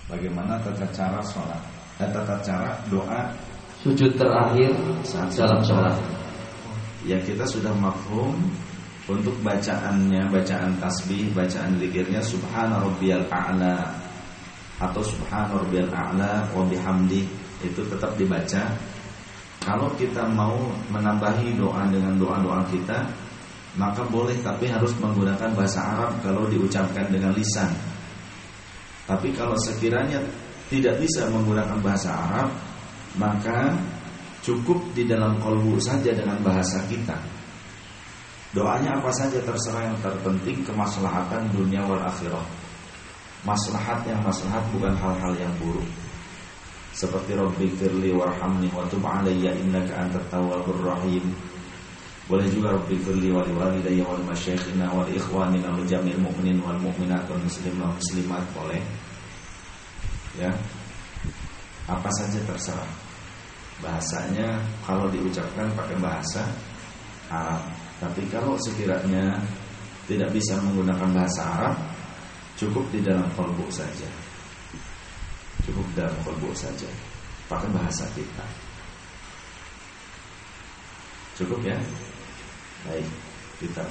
bagaimana tata cara sholat dan tata cara doa sujud terakhir dalam sholat. Ya, kita sudah mafhum untuk bacaannya, bacaan tasbih, bacaan zikirnya subhana rabbiyal a'la atau subhana rabbiyal a'la wa bihamdi, itu tetap dibaca. Kalau kita mau menambahi doa dengan doa-doa kita, maka boleh, tapi harus menggunakan bahasa Arab kalau diucapkan dengan lisan. Tapi kalau sekiranya tidak bisa menggunakan bahasa Arab, maka cukup di dalam qalbu saja dengan bahasa kita. Doanya apa saja terserah, yang terpenting kemaslahatan dunia wal akhirah. Maslahat yang maslahat, bukan hal-hal yang buruk. Seperti Rabbighfirli warhamni wa tub 'alayya innaka antat tawwabur rahim. Boleh juga Rabbighfirli wa liwalidayya wal masyayikhina wal ikhwanina wal jami'il mu'minin wal mu'minat wal muslimin wal muslimat, boleh. Ya. Apa saja terserah. Bahasanya kalau diucapkan pakai bahasa Arab. Tapi kalau sekiranya tidak bisa menggunakan bahasa Arab, cukup di dalam qalbu saja. Cukup dalam qalbu saja, pakai bahasa kita. Cukup ya. Baik, kita